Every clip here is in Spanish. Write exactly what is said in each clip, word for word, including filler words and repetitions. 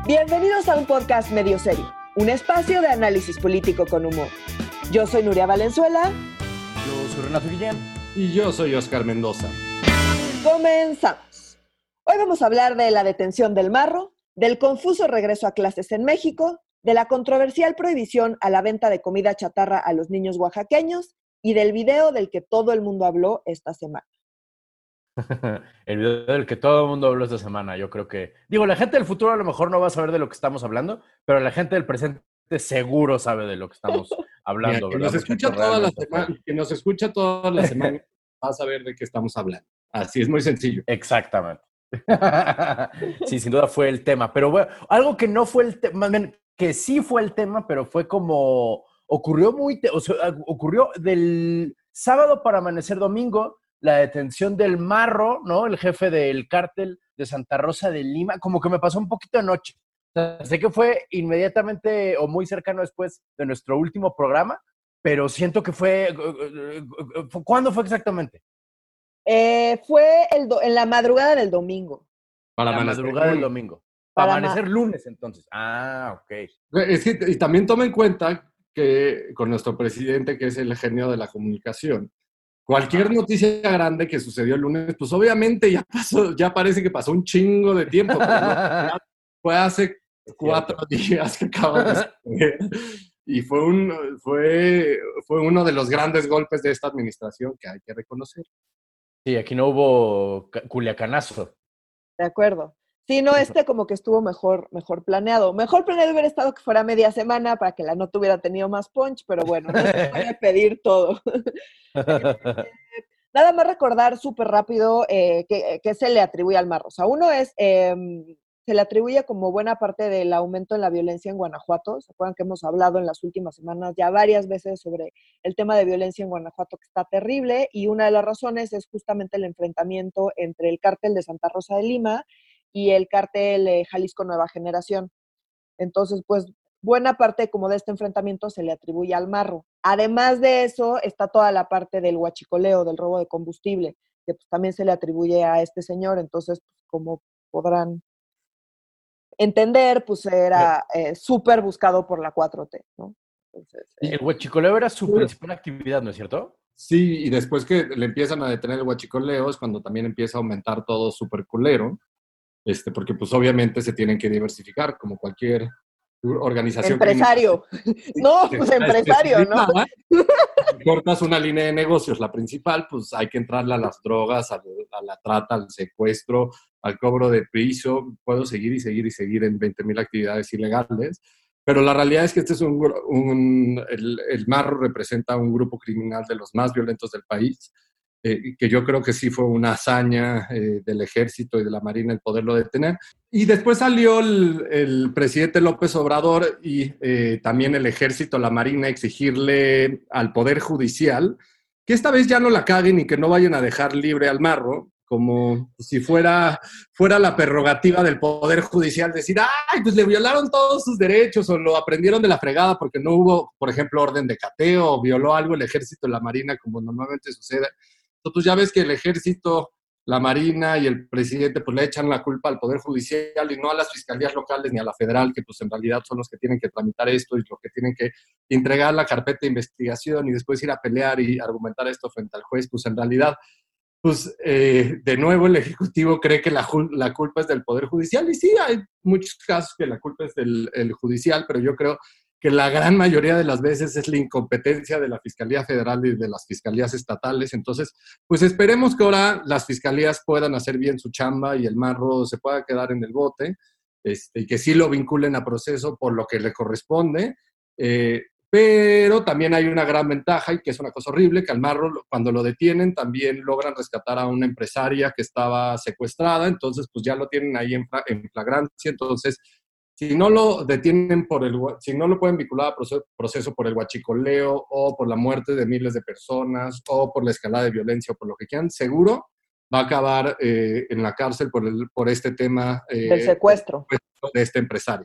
Bienvenidos a un podcast medio serio, un espacio de análisis político con humor. Yo soy Nuria Valenzuela. Yo soy Renato Guillén. Y yo soy Oscar Mendoza. Comenzamos. Hoy vamos a hablar de la detención del Marro, del confuso regreso a clases en México, de la controversial prohibición a la venta de comida chatarra a los niños oaxaqueños y del video del que todo el mundo habló esta semana. El video del que todo el mundo habló esta semana, yo creo que... Digo, la gente del futuro a lo mejor no va a saber de lo que estamos hablando, pero la gente del presente seguro sabe de lo que estamos hablando, Mira, que ¿verdad? nos escucha toda la semana, que nos escucha toda la semana va a saber de qué estamos hablando. Así es, muy sencillo. Exactamente. Sí, sin duda fue el tema. Pero bueno, algo que no fue el tema, más bien que sí fue el tema, pero fue como... Ocurrió muy... O sea, ocurrió del sábado para amanecer domingo, la detención del Marro, ¿no? El jefe del cártel de Santa Rosa de Lima, como que me pasó un poquito anoche. O sea, sé que fue inmediatamente o muy cercano después de nuestro último programa, pero siento que fue... ¿Cuándo fue exactamente? Eh, fue el do- en la madrugada del domingo. Para la madrugada del domingo. Para, Para amanecer ma- lunes, entonces. Ah, ok. Es que, y también toma en cuenta que con nuestro presidente, que es el genio de la comunicación, cualquier Ajá. noticia grande que sucedió el lunes, pues obviamente ya pasó, ya parece que pasó un chingo de tiempo, pero no, ya fue hace cuatro días que acaba de suceder. Y fue, un, fue, fue uno de los grandes golpes de esta administración que hay que reconocer. Sí, aquí no hubo ca- culiacanazo. De acuerdo. Sí, no, este como que estuvo mejor, mejor planeado. Mejor planeado hubiera estado que fuera media semana para que la nota hubiera tenido más punch, pero bueno, no se puede pedir todo. Nada más recordar súper rápido eh, que, que se le atribuye al Marro. O sea, uno es, eh, se le atribuye como buena parte del aumento en la violencia en Guanajuato. ¿Se acuerdan que hemos hablado en las últimas semanas ya varias veces sobre el tema de violencia en Guanajuato, que está terrible? Y una de las razones es justamente el enfrentamiento entre el cártel de Santa Rosa de Lima y el cártel eh, Jalisco Nueva Generación. Entonces, pues, buena parte como de este enfrentamiento se le atribuye al Marro. Además de eso, está toda la parte del huachicoleo, del robo de combustible, que pues, también se le atribuye a este señor. Entonces, pues, como podrán entender, pues era eh, súper buscado por la cuatro T, ¿no? Entonces, eh, El huachicoleo era su principal actividad, ¿no es cierto? Sí, y después que le empiezan a detener el huachicoleo es cuando también empieza a aumentar todo súper culero, este, porque pues obviamente se tienen que diversificar, como cualquier organización empresario. No, pues empresario, ¿no? Si cortas una línea de negocios, la principal, pues hay que entrarle a las drogas, a, a la trata, al secuestro, al cobro de piso. Puedo seguir y seguir y seguir en veinte mil actividades ilegales. Pero la realidad es que este es un, un el, el Marro representa un grupo criminal de los más violentos del país, eh, que yo creo que sí fue una hazaña eh, del ejército y de la marina el poderlo detener. Y después salió el, el presidente López Obrador y eh, también el ejército, la marina, exigirle al Poder Judicial que esta vez ya no la caguen y que no vayan a dejar libre al Marro, como si fuera, fuera la prerrogativa del Poder Judicial, decir, ay, pues le violaron todos sus derechos o lo aprendieron de la fregada porque no hubo, por ejemplo, orden de cateo o violó algo el ejército o la marina, como normalmente sucede. Entonces, pues ya ves que el ejército, la marina y el presidente pues le echan la culpa al Poder Judicial y no a las fiscalías locales ni a la federal, que pues en realidad son los que tienen que tramitar esto y los que tienen que entregar la carpeta de investigación y después ir a pelear y argumentar esto frente al juez. Pues en realidad pues eh, de nuevo el Ejecutivo cree que la, la culpa es del Poder Judicial, y sí, hay muchos casos que la culpa es del el judicial, pero yo creo que la gran mayoría de las veces es la incompetencia de la Fiscalía Federal y de las fiscalías estatales. Entonces, pues esperemos que ahora las fiscalías puedan hacer bien su chamba y el Marro se pueda quedar en el bote, este, y que sí lo vinculen a proceso por lo que le corresponde. Eh, Pero también hay una gran ventaja, y que es una cosa horrible, que al Marro, cuando lo detienen, también logran rescatar a una empresaria que estaba secuestrada. Entonces pues ya lo tienen ahí en, en flagrancia. Entonces, si no lo detienen por el, si no lo pueden vincular a proceso, proceso por el huachicoleo o por la muerte de miles de personas o por la escalada de violencia o por lo que quieran, seguro va a acabar eh, en la cárcel por, el, por este tema eh, del secuestro de este empresario.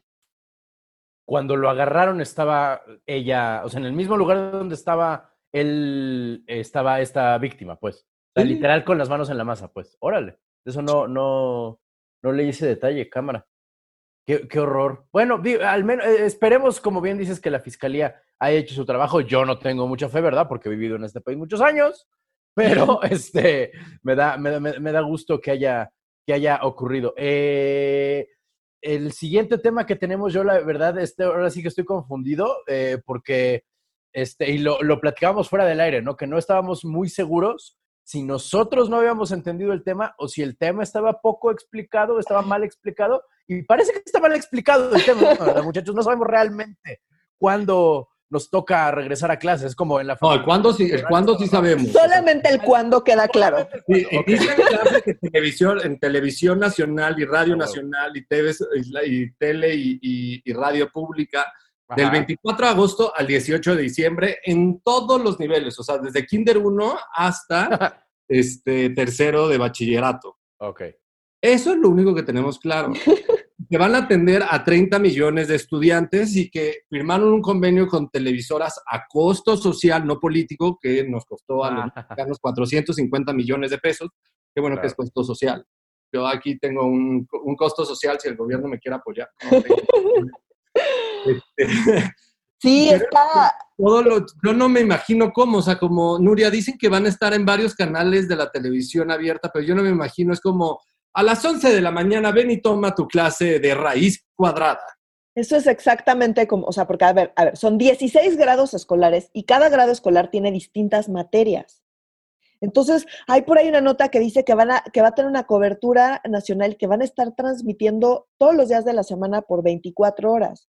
Cuando lo agarraron estaba ella, o sea, en el mismo lugar donde estaba él, estaba esta víctima, pues. O sea, Sí. literal con las manos en la masa, pues. Órale. Eso no, no, no le hice detalle, cámara. Qué, qué horror. Bueno, di- al menos eh, esperemos, como bien dices, que la fiscalía haya hecho su trabajo. Yo no tengo mucha fe, ¿verdad? Porque he vivido en este país muchos años, pero este, me da, me, da- me- me da gusto que haya, que haya ocurrido. Eh, el siguiente tema que tenemos, yo la verdad, este, ahora sí que estoy confundido, eh, porque, este, y lo, lo platicábamos fuera del aire, ¿no? Que no estábamos muy seguros si nosotros no habíamos entendido el tema o si el tema estaba poco explicado, estaba mal explicado, y parece que está mal explicado el tema, ¿verdad, muchachos? No sabemos realmente cuándo nos toca regresar a clases, es como en la No, el cuándo sí, el cuándo sí sabemos. Solamente el cuándo queda claro. Sí, Ok. inician clases en televisión, en televisión nacional y radio Ah, bueno. nacional y, TV, y tele y, y- y radio pública Ajá. del veinticuatro de agosto al dieciocho de diciembre en todos los niveles, o sea, desde kinder uno hasta este, tercero de bachillerato. Ok. Eso es lo único que tenemos claro. Que van a atender a treinta millones de estudiantes y que firmaron un convenio con televisoras a costo social, no político, que nos costó a los Ah. mexicanos cuatrocientos cincuenta millones de pesos. Qué bueno Claro. que es costo social. Yo aquí tengo un, un costo social si el gobierno me quiere apoyar. No tengo. Este, Sí, pero está. todo lo, yo no me imagino cómo, o sea, como Nuria, dicen que van a estar en varios canales de la televisión abierta, pero yo no me imagino, es como a las once de la mañana ven y toma tu clase de raíz cuadrada. Eso es exactamente como, o sea, porque a ver, a ver, son dieciséis grados escolares y cada grado escolar tiene distintas materias. Entonces, hay por ahí una nota que dice que van a, que va a tener una cobertura nacional que van a estar transmitiendo todos los días de la semana por veinticuatro horas.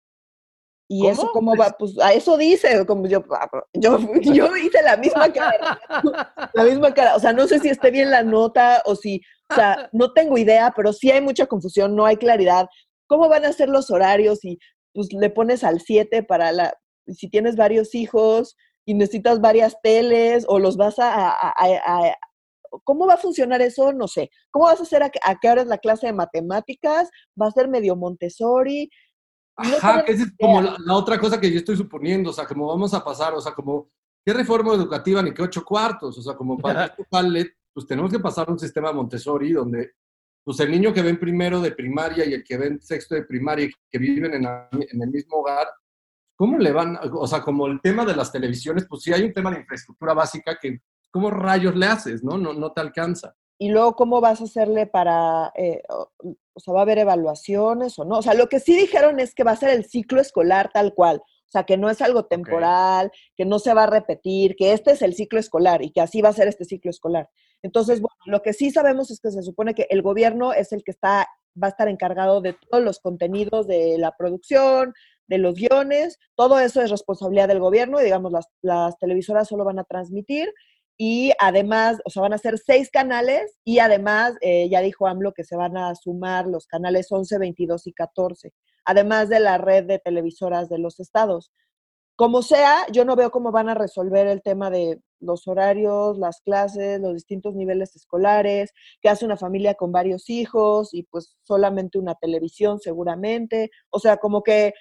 ¿Y ¿Cómo? eso cómo va? Pues a eso dice, como yo, yo, yo hice la misma cara, la misma cara. O sea, no sé si esté bien la nota o si, o sea, no tengo idea, pero sí hay mucha confusión, no hay claridad. ¿Cómo van a ser los horarios? Y pues le pones al siete para la, si tienes varios hijos y necesitas varias teles o los vas a, a, a, a ¿cómo va a funcionar eso? No sé. ¿Cómo vas a hacer a, a qué hora es la clase de matemáticas? ¿Va a ser medio Montessori? No Ajá, que tenemos esa es idea. como la, la otra cosa que yo estoy suponiendo, o sea, como vamos a pasar, o sea, como, ¿qué reforma educativa ni qué ocho cuartos? O sea, como para esto vale, pues tenemos que pasar a un sistema Montessori donde, pues el niño que ve en primero de primaria y el que ve en sexto de primaria y que viven en, la- en el mismo hogar, ¿cómo le van? O sea, como el tema de las televisiones, pues sí hay un tema de infraestructura básica que, ¿cómo rayos le haces, no? No, no te alcanza. Y luego, ¿cómo vas a hacerle para, eh, o, o sea, va a haber evaluaciones o no? O sea, lo que sí dijeron es que va a ser el ciclo escolar tal cual. O sea, que no es algo temporal, que no se va a repetir, que este es el ciclo escolar y que así va a ser este ciclo escolar. Entonces, bueno, lo que sí sabemos es que se supone que el gobierno es el que está, va a estar encargado de todos los contenidos de la producción, de los guiones, todo eso es responsabilidad del gobierno y digamos, las, las televisoras solo van a transmitir y además, o sea, van a ser seis canales y además, eh, ya dijo AMLO que se van a sumar los canales once, veintidós y catorce, además de la red de televisoras de los estados. Como sea, yo no veo cómo van a resolver el tema de los horarios, las clases, los distintos niveles escolares, que hace una familia con varios hijos y pues solamente una televisión seguramente. O sea, como que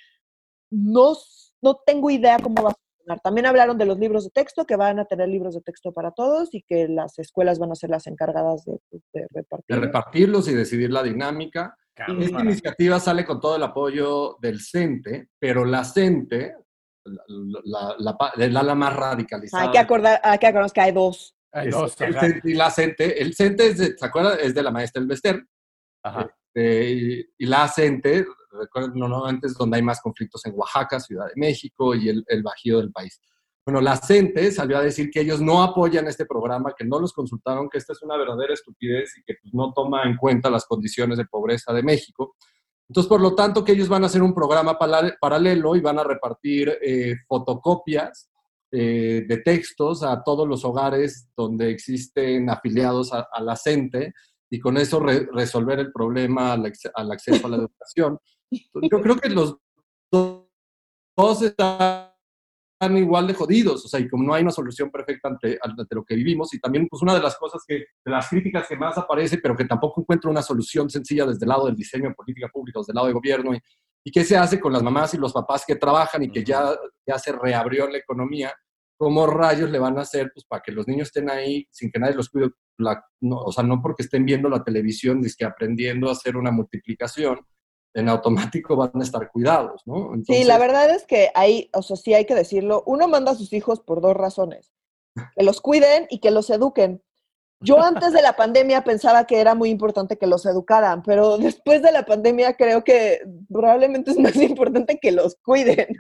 no, no tengo idea cómo va a funcionar. También hablaron de los libros de texto, que van a tener libros de texto para todos y que las escuelas van a ser las encargadas de, de repartir. De repartirlos y decidir la dinámica. Cámara. Esta iniciativa sale con todo el apoyo del CENTE, pero la CENTE, la, la, la, el ala más radicalizada. Hay que acordar, hay que acordarnos que hay dos. Hay es dos, el ajá. CENTE y la CENTE. El CENTE, es de, ¿se acuerdan? Es de la maestra Elvester. Ajá. Este, y, y la CENTE, recuerden, normalmente es donde hay más conflictos en Oaxaca, Ciudad de México y el, el Bajío del país. Bueno, la CENTE salió a decir que ellos no apoyan este programa, que no los consultaron, que esta es una verdadera estupidez y que pues, no toma en cuenta las condiciones de pobreza de México. Entonces, por lo tanto, que ellos van a hacer un programa paralelo y van a repartir eh, fotocopias eh, de textos a todos los hogares donde existen afiliados a, a la CENTE y con eso re resolver el problema al, al acceso a la educación. Yo creo que los dos, dos están igual de jodidos, o sea, y como no hay una solución perfecta ante, ante lo que vivimos, y también pues una de las cosas que, de las críticas que más aparece, pero que tampoco encuentra una solución sencilla desde el lado del diseño de política pública, desde el lado del gobierno, y, y qué se hace con las mamás y los papás que trabajan y que ya, ya se reabrió la economía, ¿cómo rayos le van a hacer pues, para que los niños estén ahí sin que nadie los cuide? La, no, o sea, no porque estén viendo la televisión, ni que aprendiendo a hacer una multiplicación, en automático van a estar cuidados, ¿no? Entonces, sí, la verdad es que hay, o sea, sí hay que decirlo, uno manda a sus hijos por dos razones, que los cuiden y que los eduquen. Yo antes de la pandemia pensaba que era muy importante que los educaran, pero después de la pandemia creo que probablemente es más importante que los cuiden.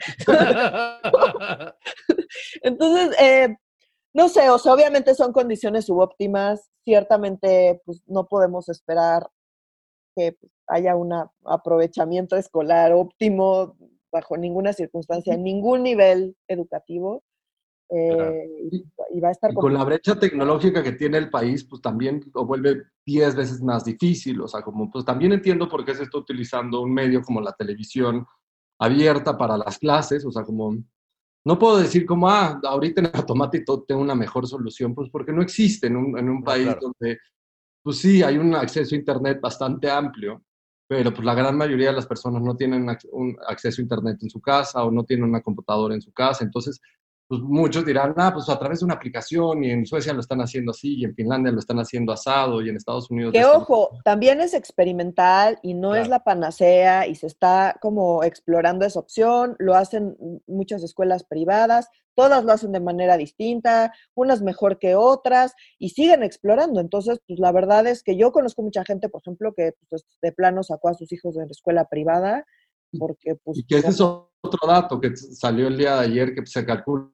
Entonces, eh, no sé, o sea, obviamente son condiciones subóptimas, ciertamente pues no podemos esperar que pues, haya un aprovechamiento escolar óptimo bajo ninguna circunstancia, en ningún nivel educativo. Eh, claro. y, y va a estar y con la brecha tecnológica que tiene el país, pues también lo vuelve diez veces más difícil. O sea, como pues también entiendo por qué se está utilizando un medio como la televisión abierta para las clases. O sea, como no puedo decir como, ah, ahorita en automático tengo una mejor solución, pues porque no existe en un, en un no, país claro. donde, pues sí, hay un acceso a Internet bastante amplio, pero pues la gran mayoría de las personas no tienen un acceso a Internet en su casa o no tienen una computadora en su casa. Entonces, pues muchos dirán, ah, pues a través de una aplicación, y en Suecia lo están haciendo así, y en Finlandia lo están haciendo asado, y en Estados Unidos... Que ojo, también es experimental y no claro. es la panacea y se está como explorando esa opción, lo hacen muchas escuelas privadas, todas lo hacen de manera distinta, unas mejor que otras y siguen explorando. Entonces, pues la verdad es que yo conozco mucha gente, por ejemplo, que pues, de plano sacó a sus hijos de la escuela privada porque pues... Y que ese es otro dato que salió el día de ayer, que se calcula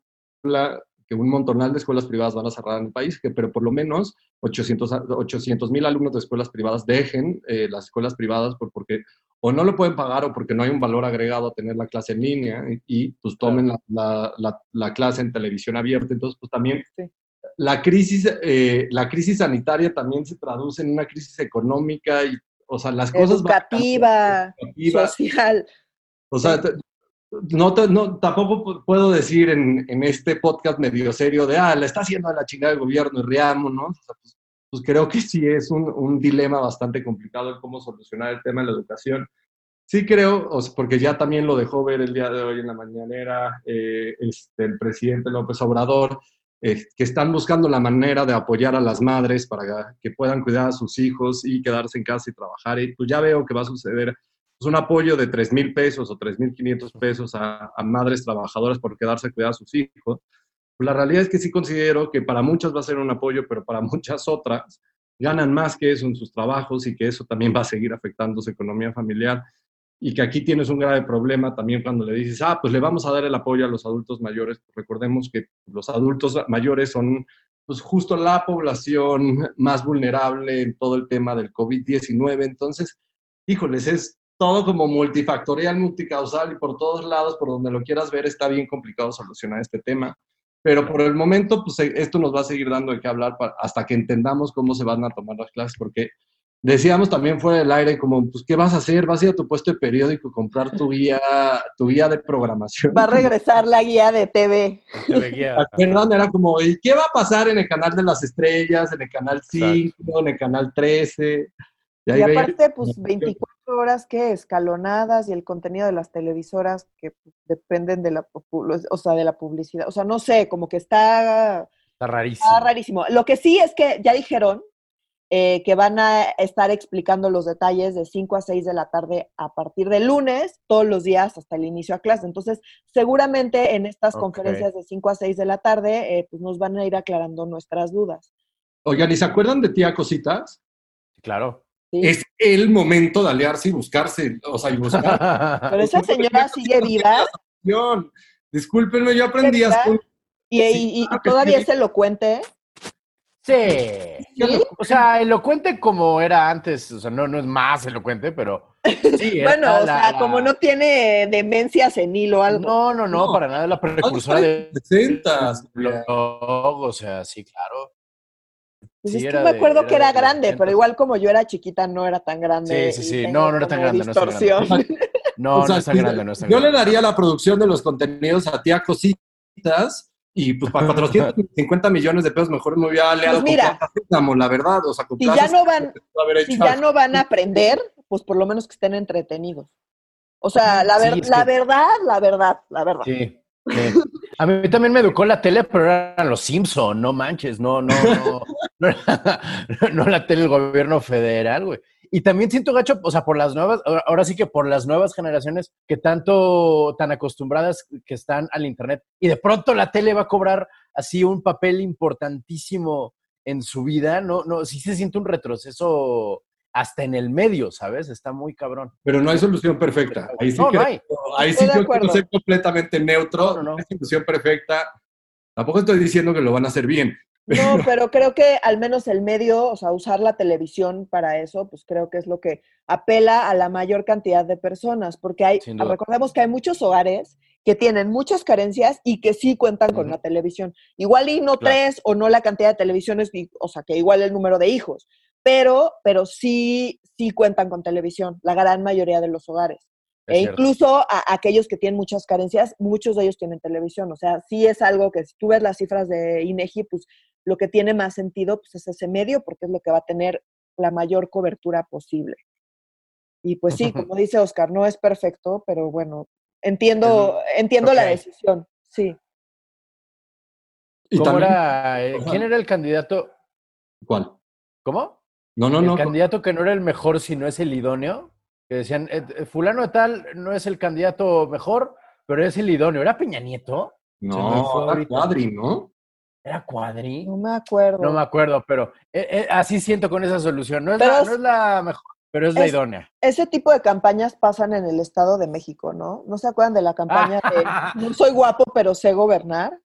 que un montonal de escuelas privadas van a cerrar en el país, que, pero por lo menos ochocientos mil alumnos de escuelas privadas dejen eh, las escuelas privadas por, porque o no lo pueden pagar o porque no hay un valor agregado a tener la clase en línea y, y pues tomen claro. la, la, la, la clase en televisión abierta. Entonces, pues también sí. la, crisis, eh, la crisis sanitaria también se traduce en una crisis económica y, o sea, las cosas... Educativa, educativa social. O sea, sí. No, te, no, tampoco puedo decir en, en este podcast medio serio de, ah, le está haciendo a la chingada el gobierno y riamos, ¿no? O sea, pues, pues creo que sí es un, un dilema bastante complicado el cómo solucionar el tema de la educación. Sí creo, o sea, porque ya también lo dejó ver el día de hoy en la mañanera eh, este, el presidente López Obrador, eh, que están buscando la manera de apoyar a las madres para que puedan cuidar a sus hijos y quedarse en casa y trabajar. Y pues ya veo que va a suceder pues un apoyo de tres mil pesos o tres mil quinientos pesos a, a madres trabajadoras por quedarse a cuidar a sus hijos. Pues la realidad es que sí considero que para muchas va a ser un apoyo, pero para muchas otras ganan más que eso en sus trabajos y que eso también va a seguir afectando su economía familiar. Y que aquí tienes un grave problema también cuando le dices, ah, pues le vamos a dar el apoyo a los adultos mayores. Recordemos que los adultos mayores son pues justo la población más vulnerable en todo el tema del COVID diecinueve. Entonces, híjoles, es todo como multifactorial, multicausal y por todos lados, por donde lo quieras ver, está bien complicado solucionar este tema. Pero por el momento, pues esto nos va a seguir dando de qué hablar para, hasta que entendamos cómo se van a tomar las clases, porque decíamos también fuera del aire, como, pues, ¿qué vas a hacer? ¿Vas a ir a tu puesto de periódico, comprar tu guía, tu guía de programación? Va a regresar la guía de T V. T V guía. Perdón, era como, ¿y qué va a pasar en el canal de las estrellas, en el canal cinco, exacto, en el canal trece? Y, y aparte, pues, veinticuatro horas, ¿qué? Escalonadas y el contenido de las televisoras que pues, dependen de la, o sea, de la publicidad. O sea, no sé, como que está... Está rarísimo. Está rarísimo. Lo que sí es que ya dijeron eh, que van a estar explicando los detalles de cinco a seis de la tarde a partir del lunes, todos los días hasta el inicio a clase. Entonces, seguramente en estas okay. conferencias de cinco a seis de la tarde, eh, pues nos van a ir aclarando nuestras dudas. Oigan, ¿y se acuerdan de Tía Cositas? Claro. Sí. Es el momento de aliarse y buscarse, o sea, y buscar. Pero esa señora sigue viva. Discúlpenme, yo aprendí a... ¿Y, sí, y, y, y todavía es elocuente? Sí. ¿Sí? O sea, elocuente como era antes, o sea, no, no es más elocuente, pero sí. Bueno, la, o sea, la... como no tiene demencia senil o algo. No, no, no, no. para nada, la precursora de sesentas. O sea, sí, claro. Pues sí, es que me acuerdo de, que era, era grande, pero igual como yo era chiquita, no era tan grande. Sí, sí, sí. No, no era tan grande. Distorsión. No, no, o sea, no es tan grande, no es tan yo grande. le daría la producción de los contenidos a Tía Cositas y pues para cuatrocientos cincuenta millones de pesos mejor me hubiera aliado pues mira, con Plata, la verdad. O sea, con si ya no van, si ya no van a aprender, pues por lo menos que estén entretenidos. O sea, la, ver, sí, la que... verdad, la verdad, la verdad. Sí. Sí. A mí también me educó la tele, pero eran los Simpson, no manches, no, no, no, no, no la tele del gobierno federal, güey. Y también siento gacho, o sea, por las nuevas, ahora sí que por las nuevas generaciones que tanto, tan acostumbradas que están al internet, y de pronto la tele va a cobrar así un papel importantísimo en su vida, no, no, sí se siente un retroceso hasta en el medio, ¿sabes? Está muy cabrón. Pero no hay solución perfecta. Ahí sí no, creo, no hay. Ahí Estoy sí de yo quiero acuerdo. ser completamente neutro. No, no, no. No hay solución perfecta. Tampoco estoy diciendo que lo van a hacer bien. No, pero creo que al menos el medio, o sea, usar la televisión para eso, pues creo que es lo que apela a la mayor cantidad de personas, porque hay, Sin duda. recordemos que hay muchos hogares que tienen muchas carencias y que sí cuentan con Ujú. la televisión. Igual y no Claro. tres o no la cantidad de televisiones, y- o sea, que igual el número de hijos, pero, pero sí, sí cuentan con televisión, la gran mayoría de los hogares. Es E cierto. incluso a, a aquellos que tienen muchas carencias, muchos de ellos tienen televisión. O sea, sí es algo que si tú ves las cifras de INEGI, pues lo que tiene más sentido pues, es ese medio, porque es lo que va a tener la mayor cobertura posible. Y pues sí, como dice Oscar, no es perfecto, pero bueno, entiendo, entiendo lo que la hay. decisión, sí. Y ¿Cómo también, era? eh, ¿Quién era el candidato? ¿cuál? ¿Cómo? No, no, El no. candidato que no era el mejor si no es el idóneo. Que decían, eh, eh, fulano de tal no es el candidato mejor, pero es el idóneo. ¿Era Peña Nieto? Se me No, fue era ahorita. Cuadri, ¿no? ¿Era Cuadri? No me acuerdo. No me acuerdo, pero eh, eh, así siento con esa solución. No es, Pero la, es- no es la mejor, pero es la Es- idónea. ese tipo de campañas pasan en el Estado de México, ¿no? ¿No se acuerdan de la campaña de no soy guapo, pero sé gobernar?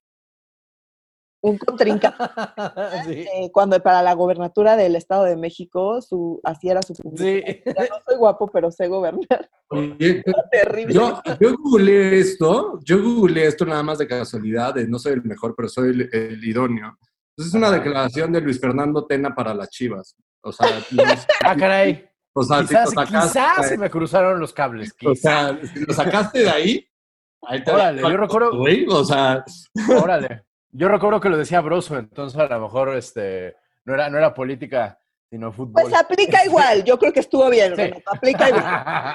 Un contrincante Sí, eh, cuando para la gobernatura del Estado de México, su, así era su publicidad. sí. Era, no soy guapo, pero sé gobernar. Oye, Terrible. yo, yo googleé esto, yo googleé esto nada más de casualidad, de no soy el mejor, pero soy el, el idóneo. Entonces es una Ajá. declaración de Luis Fernando Tena para las Chivas. O sea, los, Ah, caray. o sea, si Quizás, lo quizás sacaste, se me cruzaron los cables. o Quizás. sea, si lo sacaste de ahí, ahí te Órale, yo recuerdo, güey, o sea, órale. Yo recuerdo que lo decía Broso, entonces a lo mejor este, no, era, no era política, sino fútbol. Pues aplica igual. Yo creo que estuvo bien, Sí. Renato. Aplica igual.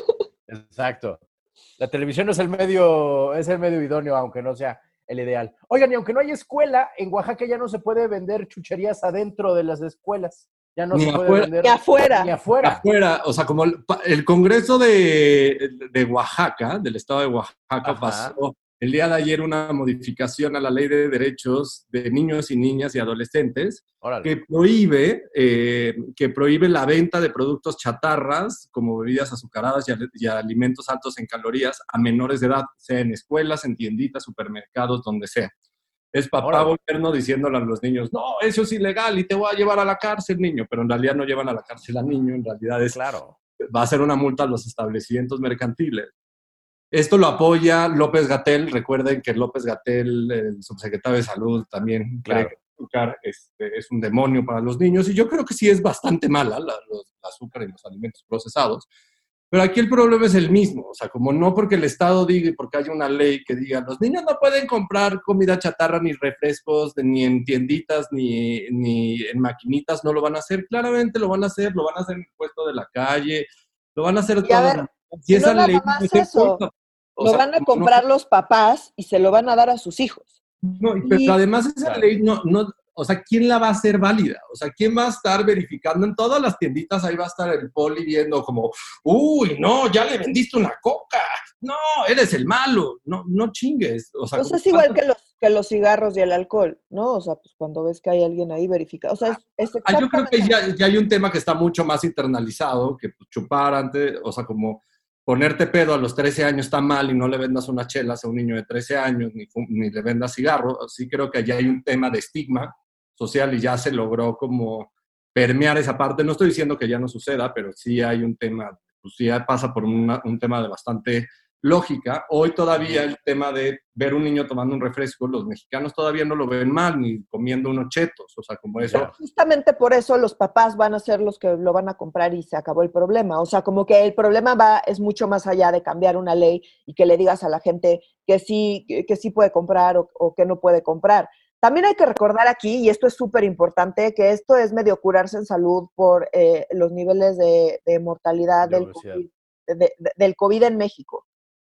Exacto. La televisión es el medio, es el medio idóneo, aunque no sea el ideal. Oigan, y aunque no hay escuela, en Oaxaca ya no se puede vender chucherías adentro de las escuelas. Ya no Ni se puede afuera. vender Ni afuera. Ni afuera. afuera, o sea, como el, pa- el Congreso de, de Oaxaca, del estado de Oaxaca, Ajá. pasó el día de ayer una modificación a la Ley de Derechos de Niños y Niñas y Adolescentes Órale. que prohíbe, eh, que prohíbe la venta de productos chatarras como bebidas azucaradas y, al- y alimentos altos en calorías a menores de edad, sea en escuelas, en tienditas, supermercados, donde sea. Es papá Órale. gobierno diciéndole a los niños, no, eso es ilegal y te voy a llevar a la cárcel, niño, pero en realidad no llevan a la cárcel al niño, en realidad es, Claro. va a ser una multa a los establecimientos mercantiles. Esto lo apoya López Gatell. Recuerden que López Gatell, el subsecretario de Salud, también Claro. cree que el azúcar este, es un demonio para los niños. Y yo creo que sí es bastante mala la, los, el azúcar en los alimentos procesados. Pero aquí el problema es el mismo. O sea, como no porque el Estado diga y porque haya una ley que diga los niños no pueden comprar comida chatarra ni refrescos, ni en tienditas, ni, ni en maquinitas, no lo van a hacer. Claramente lo van a hacer, lo van a hacer en el puesto de la calle, lo van a hacer Y a todas ver, las y y no esa nada ley más no se eso. importa. O Lo sea, van a como comprar los papás y se lo van a dar a sus hijos. No, no, y- Y- pero además esa Claro. ley no, no, o sea, ¿quién la va a hacer válida? O sea, ¿quién va a estar verificando en todas las tienditas? Ahí va a estar el poli viendo como, uy, no, ya le vendiste una coca. No, eres el malo. No, no chingues. O sea, Pues como es igual tantas- que los, que los cigarros y el alcohol, ¿no? O sea, pues cuando ves que hay alguien ahí verificado. O sea, es, es Ah, yo creo que exactamente. ya, ya hay un tema que está mucho más internalizado, que pues, chupar antes, o sea, como ponerte pedo a los trece años está mal y no le vendas unas chelas a un niño de trece años, ni, fu- ni le vendas cigarro. Sí creo que ya hay un tema de estigma social y ya se logró como permear esa parte. No estoy diciendo que ya no suceda, pero sí hay un tema, pues sí pasa por una- un tema de bastante lógica. Hoy todavía el tema de ver un niño tomando un refresco, los mexicanos todavía no lo ven mal, ni comiendo unos chetos, o sea, como eso. Claro. Justamente por eso los papás van a ser los que lo van a comprar y se acabó el problema. O sea, como que el problema va, es mucho más allá de cambiar una ley y que le digas a la gente que sí, que, que sí puede comprar o, o que no puede comprar. También hay que recordar aquí, y esto es súper importante, que esto es medio curarse en salud por eh, los niveles de, de mortalidad De del obesidad. COVID, de- de- del COVID en México.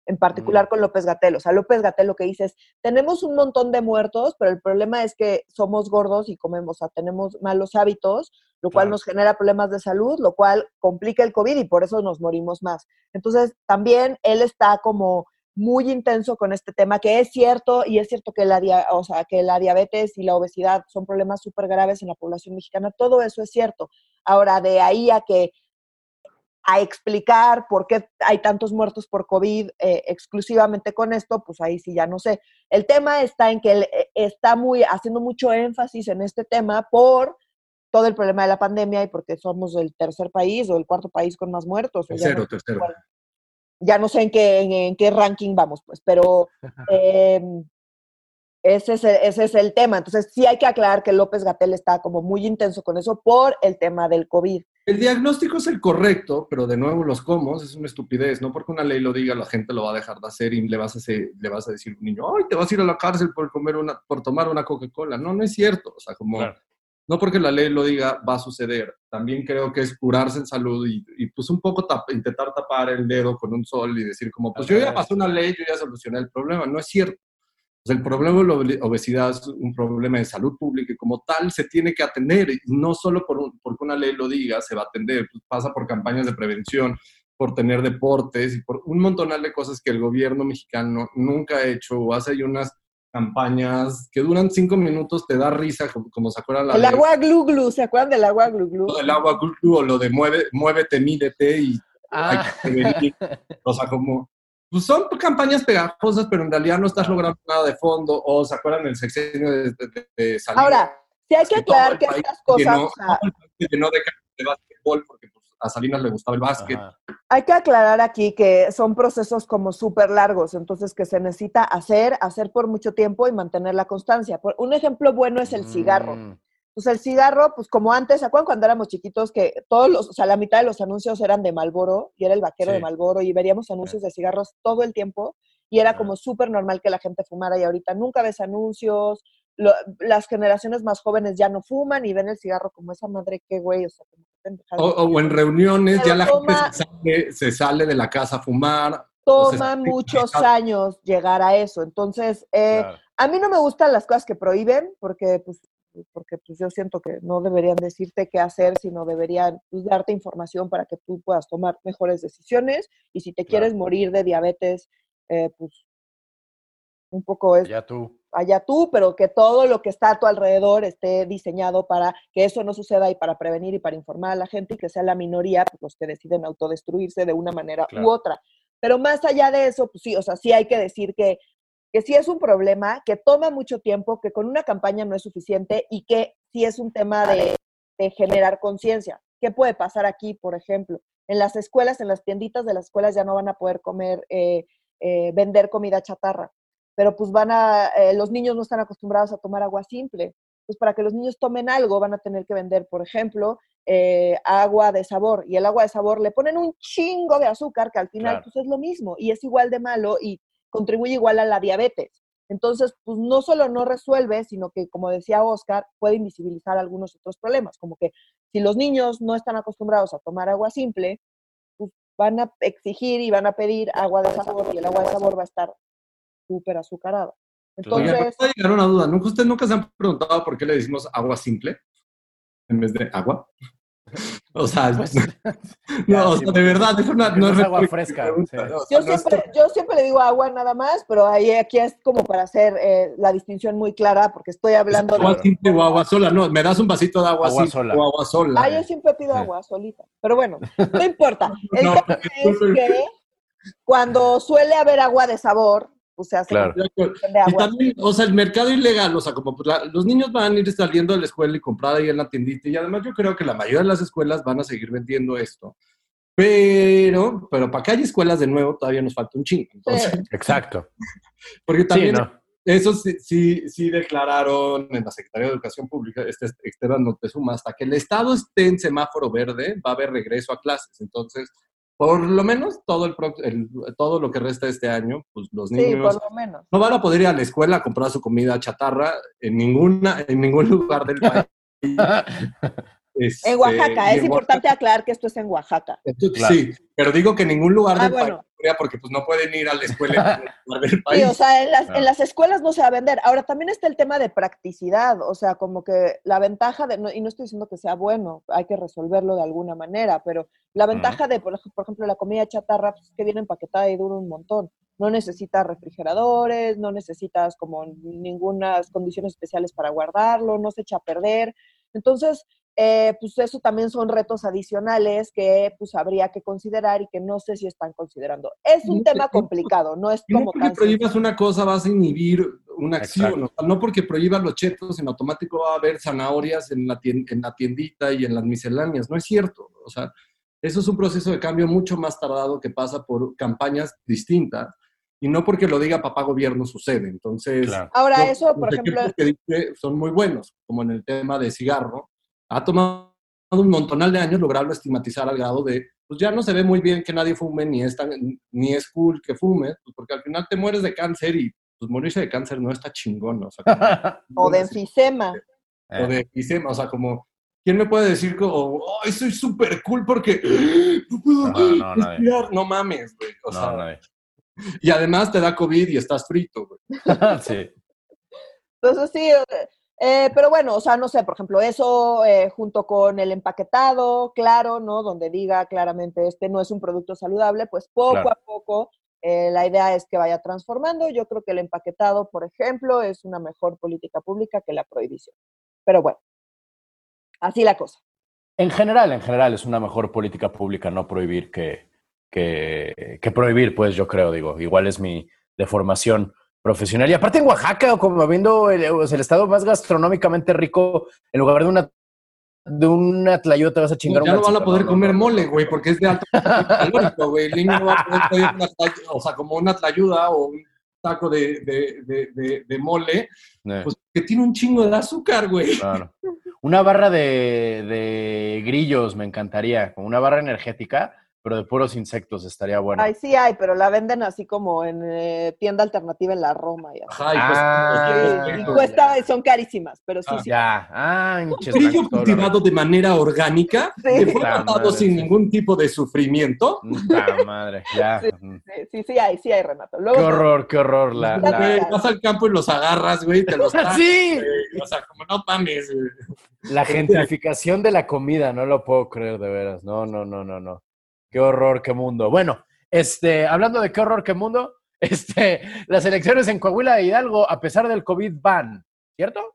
en particular con López-Gatell. O sea, López-Gatell lo que dice es, tenemos un montón de muertos, pero el problema es que somos gordos y comemos, o sea, tenemos malos hábitos, lo cual Claro. nos genera problemas de salud, lo cual complica el COVID y por eso nos morimos más. Entonces, también él está como muy intenso con este tema, que es cierto, y es cierto que la, dia- o sea, que la diabetes y la obesidad son problemas súper graves en la población mexicana, todo eso es cierto. Ahora, de ahí a que a explicar por qué hay tantos muertos por COVID eh, exclusivamente con esto, pues ahí sí ya no sé. El tema está en que él eh, está muy, haciendo mucho énfasis en este tema por todo el problema de la pandemia y porque somos el tercer país o el cuarto país con más muertos. o ya Tercero, no- tercero. bueno, ya no sé en qué, en, en qué ranking vamos, pues, pero eh, ese, es el, ese es el tema. Entonces, sí hay que aclarar que López-Gatell está como muy intenso con eso por el tema del COVID. El diagnóstico es el correcto, pero de nuevo los comos es una estupidez. No porque una ley lo diga, la gente lo va a dejar de hacer y le vas a, hacer, le vas a decir a un niño, ay, te vas a ir a la cárcel por, comer una, por tomar una Coca-Cola. No, no es cierto. O sea, como... Claro. No porque la ley lo diga, va a suceder. También creo que es curarse en salud y, y pues un poco tap, intentar tapar el dedo con un sol y decir como, pues yo ya pasé una ley, yo ya solucioné el problema. No es cierto. O sea, el problema de la obesidad es un problema de salud pública y como tal se tiene que atender. Y no solo por un, porque una ley lo diga, se va a atender. Pues pasa por campañas de prevención, por tener deportes y por un montonal de cosas que el gobierno mexicano nunca ha hecho o hace. Hay unas campañas que duran cinco minutos, te da risa, como, como se acuerdan la El de, agua glu glu, ¿se acuerdan del agua glu glu? el agua glu, glu, o lo de mueve, muévete, mídete y Ah. hay que prevenir. O sea, como, pues son campañas pegajosas, pero en realidad no estás logrando nada de fondo. O se acuerdan el sexenio de, de, de Salinas. Ahora, sí hay que que todo aclarar el que país estas cosas, llenó, o sea, todo el país se llenó de canchas de básquetbol porque pues, a Salinas le gustaba el básquet. Ajá. hay que aclarar aquí que son procesos como súper largos, entonces que se necesita hacer, hacer por mucho tiempo y mantener la constancia. Por, un ejemplo bueno es el cigarro. Mm, Pues el cigarro, pues como antes, ¿se acuerdan cuando éramos chiquitos que todos los, o sea, la mitad de los anuncios eran de Marlboro y era el vaquero Sí. de Marlboro y veríamos anuncios de cigarros todo el tiempo y era Ah. como súper normal que la gente fumara y ahorita nunca ves anuncios, lo, las generaciones más jóvenes ya no fuman y ven el cigarro como esa madre, qué güey, o sea, como que pendejada. O, o en reuniones, Pero ya la toma- gente se sale, se sale de la casa a fumar. Toma o se- muchos años llegar a eso. Entonces, eh, claro. a mí no me gustan las cosas que prohíben, porque pues, porque pues yo siento que no deberían decirte qué hacer, sino deberían pues, darte información para que tú puedas tomar mejores decisiones. Y si te Claro. quieres morir de diabetes, eh, pues un poco es Ya tú. allá tú, pero que todo lo que está a tu alrededor esté diseñado para que eso no suceda y para prevenir y para informar a la gente y que sea la minoría pues, los que deciden autodestruirse de una manera Claro. u otra. Pero más allá de eso, pues sí, o sea, sí hay que decir que, que sí es un problema, que toma mucho tiempo, que con una campaña no es suficiente y que sí es un tema de, de generar conciencia. ¿Qué puede pasar aquí, por ejemplo? En las escuelas, en las tienditas de las escuelas ya no van a poder comer, eh, eh, vender comida chatarra, pero pues van a, eh, los niños no están acostumbrados a tomar agua simple. Pues para que los niños tomen algo van a tener que vender, por ejemplo, eh, agua de sabor. Y el agua de sabor le ponen un chingo de azúcar que al final Claro. pues es lo mismo y es igual de malo y contribuye igual a la diabetes. Entonces, pues no solo no resuelve, sino que, como decía Oscar, puede invisibilizar algunos otros problemas, como que si los niños no están acostumbrados a tomar agua simple, pues van a exigir y van a pedir agua de sabor y el agua de sabor va a estar súper azucarada. Oigan, Entonces, me puede llegar una duda. ¿Nunca ustedes nunca se han preguntado por qué le decimos agua simple en vez de agua? O sea, Pues, no, ya, o sí, sea, de verdad, es una, porque no no es es agua retórica mi fresca, pregunta, sí. o sea, yo no es siempre, yo siempre le digo agua nada más, pero ahí aquí es como para hacer eh, la distinción muy clara, porque estoy hablando agua de... simple o agua sola. No, me das un vasito de agua, Agua simple sola. o agua sola. Ah, yo siempre pido Sí. agua solita, pero bueno, no importa. El No, tema es que cuando suele haber agua de sabor, pues se hace Claro. con de Y agua. también, o sea, el mercado ilegal, o sea, como pues, la- los niños van a ir saliendo de la escuela y comprar ahí en la tiendita, y además yo creo que la mayoría de las escuelas van a seguir vendiendo esto. Pero, pero para que haya escuelas de nuevo todavía nos falta un chingo. Entonces, Sí. Exacto. porque Sí, también no. eso sí, sí, sí declararon en la Secretaría de Educación Pública, este Esteban Moctezuma, hasta que el Estado esté en semáforo verde, va a haber regreso a clases. Entonces, por lo menos todo, el, pro- el- todo lo que resta de este año, pues los Sí, niños por lo menos. no van a poder ir a la escuela a comprar su comida chatarra en, ninguna, en ningún lugar del país. Este, En Oaxaca, y es en importante aclarar que esto es en Oaxaca. Entonces, Claro. sí, pero digo que en ningún lugar Ah, del bueno. país, porque pues no pueden ir a la escuela del país. Sí, o sea, en las, Claro. en las escuelas no se va a vender. Ahora, también está el tema de practicidad, o sea, como que la ventaja de, no, y no estoy diciendo que sea bueno, hay que resolverlo de alguna manera, pero la ventaja de, por, ej- por ejemplo, la comida chatarra, pues, es que viene empaquetada y dura un montón. No necesitas refrigeradores, no necesitas como ninguna condiciones especiales para guardarlo, no se echa a perder. Entonces, eh, pues eso también son retos adicionales que pues habría que considerar y que no sé si están considerando. Es un No, tema no, complicado, no es Y no como porque tan prohíbas sencillo. una cosa vas a inhibir una acción, Exacto. o sea, no porque prohíbas los chetos en automático va a haber zanahorias en la, tien- en la tiendita y en las misceláneas, no es cierto, o sea, eso es un proceso de cambio mucho más tardado que pasa por campañas distintas y no porque lo diga papá gobierno sucede, entonces Claro. Ahora, yo- eso, los por ejemplo, ejemplos que dije son muy buenos, como en el tema de cigarro, ha tomado un montonal de años lograrlo estigmatizar al grado de, pues ya no se ve muy bien que nadie fume, ni es, tan, ni es cool que fume, pues porque al final te mueres de cáncer y pues morirse de cáncer no está chingón, o sea, como, o de enfisema. o de enfisema, o sea, como, ¿quién me puede decir como, ay, soy súper cool porque no puedo No, no, nadie. respirar? No mames, güey, o No, sea, nadie. y además te da COVID y estás frito, güey. Sí. Entonces, sí, eh, pero bueno, o sea, no sé, por ejemplo, eso eh, junto con el empaquetado, claro, ¿no? Donde diga claramente este no es un producto saludable, pues poco Claro. a poco eh, la idea es que vaya transformando. Yo creo que el empaquetado, por ejemplo, es una mejor política pública que la prohibición. Pero bueno, así la cosa. En general, en general, es una mejor política pública no prohibir que, que, que prohibir, pues yo creo, digo, igual es mi deformación profesional. Y aparte en Oaxaca, como viendo el, o sea, el estado más gastronómicamente rico, en lugar de una de una tlayuda te vas a chingar No, un ya no van gansito. a poder No, no, comer no, no, mole, no, güey, no. porque es de alto contenido calórico, güey. El niño no va a poder pedir una tlayuda, o sea, como una tlayuda o un taco de, de, de, de, de mole, Eh, pues que tiene un chingo de azúcar, güey. claro. Una barra de, de grillos me encantaría, como una barra energética, pero de puros insectos estaría bueno. Ay, sí hay, pero la venden así como en eh, tienda alternativa en la Roma y así. Ajá, y cuesta como doscientos Ah, Sí, y pesos. cuesta, ya. son carísimas, pero sí, Ah. sí. Ya, ah, hinches Grillo blancos, todo lo cultivado de manera orgánica, Sí. que fue Puta matado madre, sin sí. ningún tipo de sufrimiento. Puta madre, ya. Sí, Ujú. sí, sí, sí hay, sí hay, Renato. Qué Luego te- horror, qué horror. La, Güey, la... vas al campo y los agarras, güey, te los traes, ¡Sí! güey. O sea, como no mames, güey. La Pero sí, gentrificación de la comida, no lo puedo creer de veras. No, no, no, no, no. Qué horror, qué mundo. Bueno, este, hablando de qué horror, qué mundo, este, las elecciones en Coahuila e Hidalgo, a pesar del COVID, van, ¿cierto?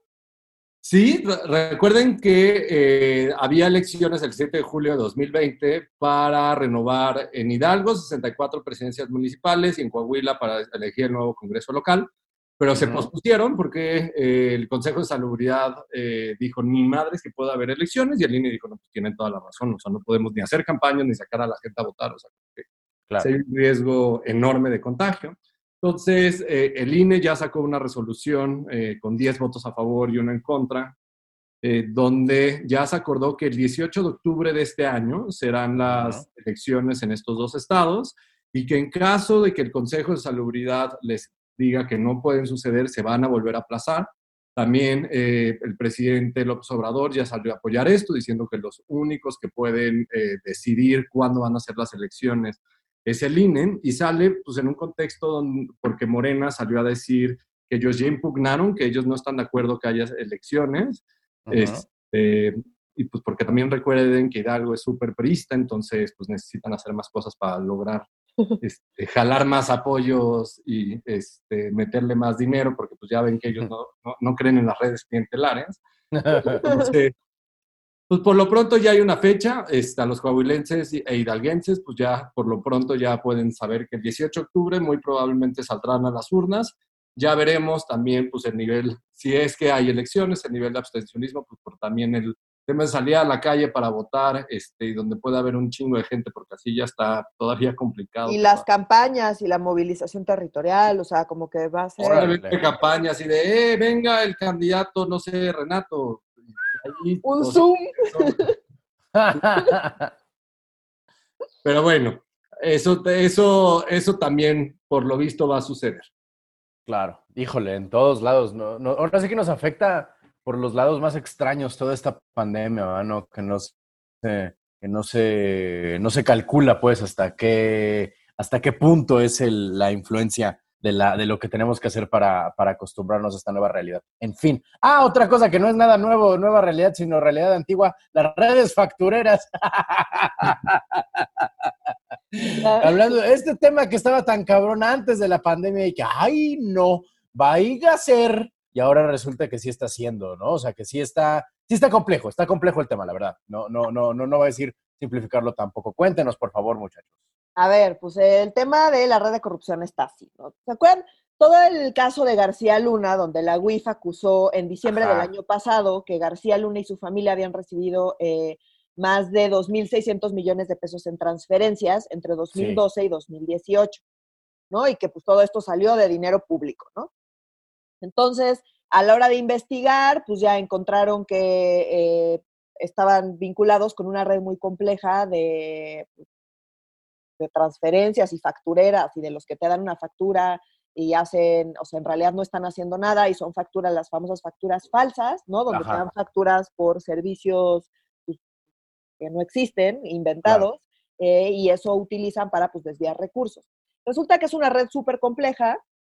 Sí, re- recuerden que eh, había elecciones el siete de julio de dos mil veinte para renovar en Hidalgo sesenta y cuatro presidencias municipales y en Coahuila para elegir el nuevo Congreso local, pero se Ujú. pospusieron porque eh, el Consejo de Salubridad eh, dijo, ni madres que pueda haber elecciones, y el I N E dijo, no, pues tienen toda la razón, o sea, no podemos ni hacer campañas ni sacar a la gente a votar, o sea, que Claro. sí hay un riesgo enorme de contagio. Entonces, eh, el I N E ya sacó una resolución eh, con diez votos a favor y uno en contra, eh, donde ya se acordó que el dieciocho de octubre de este año serán las Ajá. elecciones en estos dos estados y que en caso de que el Consejo de Salubridad les diga que no pueden suceder, se van a volver a aplazar. También eh, el presidente López Obrador ya salió a apoyar esto, diciendo que los únicos que pueden eh, decidir cuándo van a ser las elecciones es el I N E, y sale pues, en un contexto donde, porque Morena salió a decir que ellos ya impugnaron, que ellos no están de acuerdo que haya elecciones, Ujú. este, y pues porque también recuerden que Hidalgo es súper priista, entonces pues necesitan hacer más cosas para lograr este, jalar más apoyos y este, meterle más dinero, porque pues ya ven que ellos no, no, no creen en las redes clientelares. Entonces, pues por lo pronto ya hay una fecha, este, a los coahuilenses e hidalguenses, pues ya por lo pronto ya pueden saber que el dieciocho de octubre muy probablemente saldrán a las urnas. Ya veremos también pues el nivel, si es que hay elecciones, el nivel de abstencionismo, pues por también el tema de salir a la calle para votar, este, y donde pueda haber un chingo de gente, porque así ya está todavía complicado. y las campañas y la movilización territorial, o sea, como que va a ser... Ahora Órale. ven campañas así de, eh, venga el candidato, no sé, Renato. Ahí, Un o sea, Zoom. pero bueno, eso, eso, eso también por lo visto va a suceder. Claro, híjole, en todos lados. No, no, ahora sí que nos afecta por los lados más extraños toda esta pandemia, ¿verdad? No, que no se, que no se, no se calcula, pues, hasta qué, hasta qué punto es el, la influencia de, la, de lo que tenemos que hacer para, para acostumbrarnos a esta nueva realidad. En fin. Ah, otra cosa que no es nada nuevo, nueva realidad, sino realidad antigua, las redes factureras. Hablando de este tema que estaba tan cabrón antes de la pandemia y que, ay, no, va a ir a ser, y ahora resulta que sí está siendo, ¿no? O sea, que sí está, sí está complejo, está complejo el tema, la verdad. No, no, no, no, no voy a decir simplificarlo tampoco. Cuéntenos, por favor, muchachos. A ver, pues el tema de la red de corrupción está así, ¿no? ¿Se acuerdan? Todo el caso de García Luna, donde la U I F acusó en diciembre Ajá. del año pasado que García Luna y su familia habían recibido eh, más de dos mil seiscientos millones de pesos en transferencias entre dos mil doce sí. y dos mil dieciocho, ¿no? Y que pues todo esto salió de dinero público, ¿no? Entonces, a la hora de investigar, pues ya encontraron que eh, estaban vinculados con una red muy compleja de... de transferencias y factureras y de los que te dan una factura y hacen, o sea, en realidad no están haciendo nada y son facturas, las famosas facturas falsas, ¿no? Donde Ajá. te dan facturas por servicios pues, que no existen, inventados, claro. eh, y eso utilizan para, pues, desviar recursos. Resulta que es una red súper compleja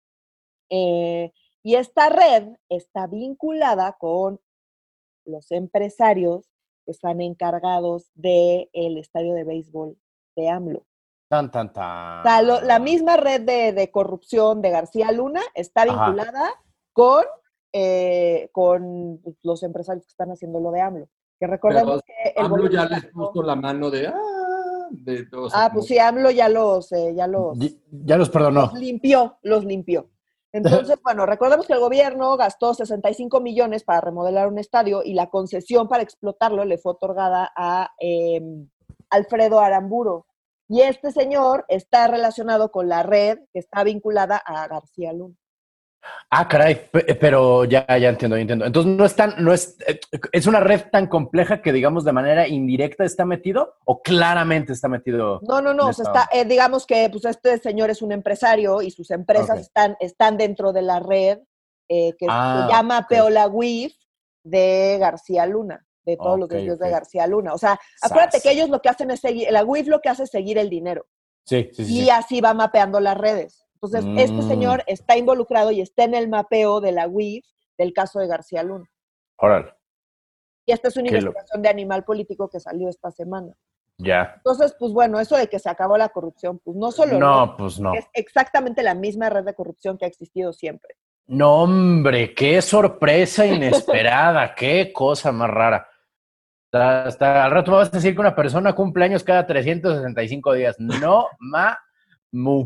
eh, y esta red está vinculada con los empresarios que están encargados del estadio de béisbol de AMLO. Tan, tan, tan. O sea, lo, la misma red de, de corrupción de García Luna está vinculada con, eh, con los empresarios que están haciendo lo de AMLO. Que recordemos Pero que el AMLO ya les puso la mano de... Ah, de o sea, ah pues como... sí, AMLO ya los... Eh, ya, los ya los perdonó. Los limpió, los limpió. Entonces, bueno, recordemos que el gobierno gastó sesenta y cinco millones para remodelar un estadio y la concesión para explotarlo le fue otorgada a eh, Alfredo Aramburo. Y este señor está relacionado con la red que está vinculada a García Luna. Ah, caray, pero ya, ya entiendo, ya entiendo. Entonces, ¿no es tan, no es, es una red tan compleja que, digamos, de manera indirecta está metido o claramente está metido? No, no, no, o sea, está, eh, digamos que pues este señor es un empresario y sus empresas okay. están, están dentro de la red eh, que ah, se llama okay. Peola W I F de García Luna, de todos okay, los desvíos okay. de García Luna. O sea, acuérdate Sas. que ellos lo que hacen es seguir, la W I F lo que hace es seguir el dinero. Sí, sí, sí. Y sí. así va mapeando las redes. Entonces, mm. este señor está involucrado y está en el mapeo de la W I F del caso de García Luna. Órale. Y esta es una Qué investigación lo... de Animal Político que salió esta semana. Ya. Entonces, pues bueno, eso de que se acabó la corrupción, pues no solo no, no pues no. Es exactamente la misma red de corrupción que ha existido siempre. No, hombre, qué sorpresa inesperada, qué cosa más rara. Hasta, hasta al rato me vas a decir que una persona cumple años cada trescientos sesenta y cinco días. No, ma... Mu.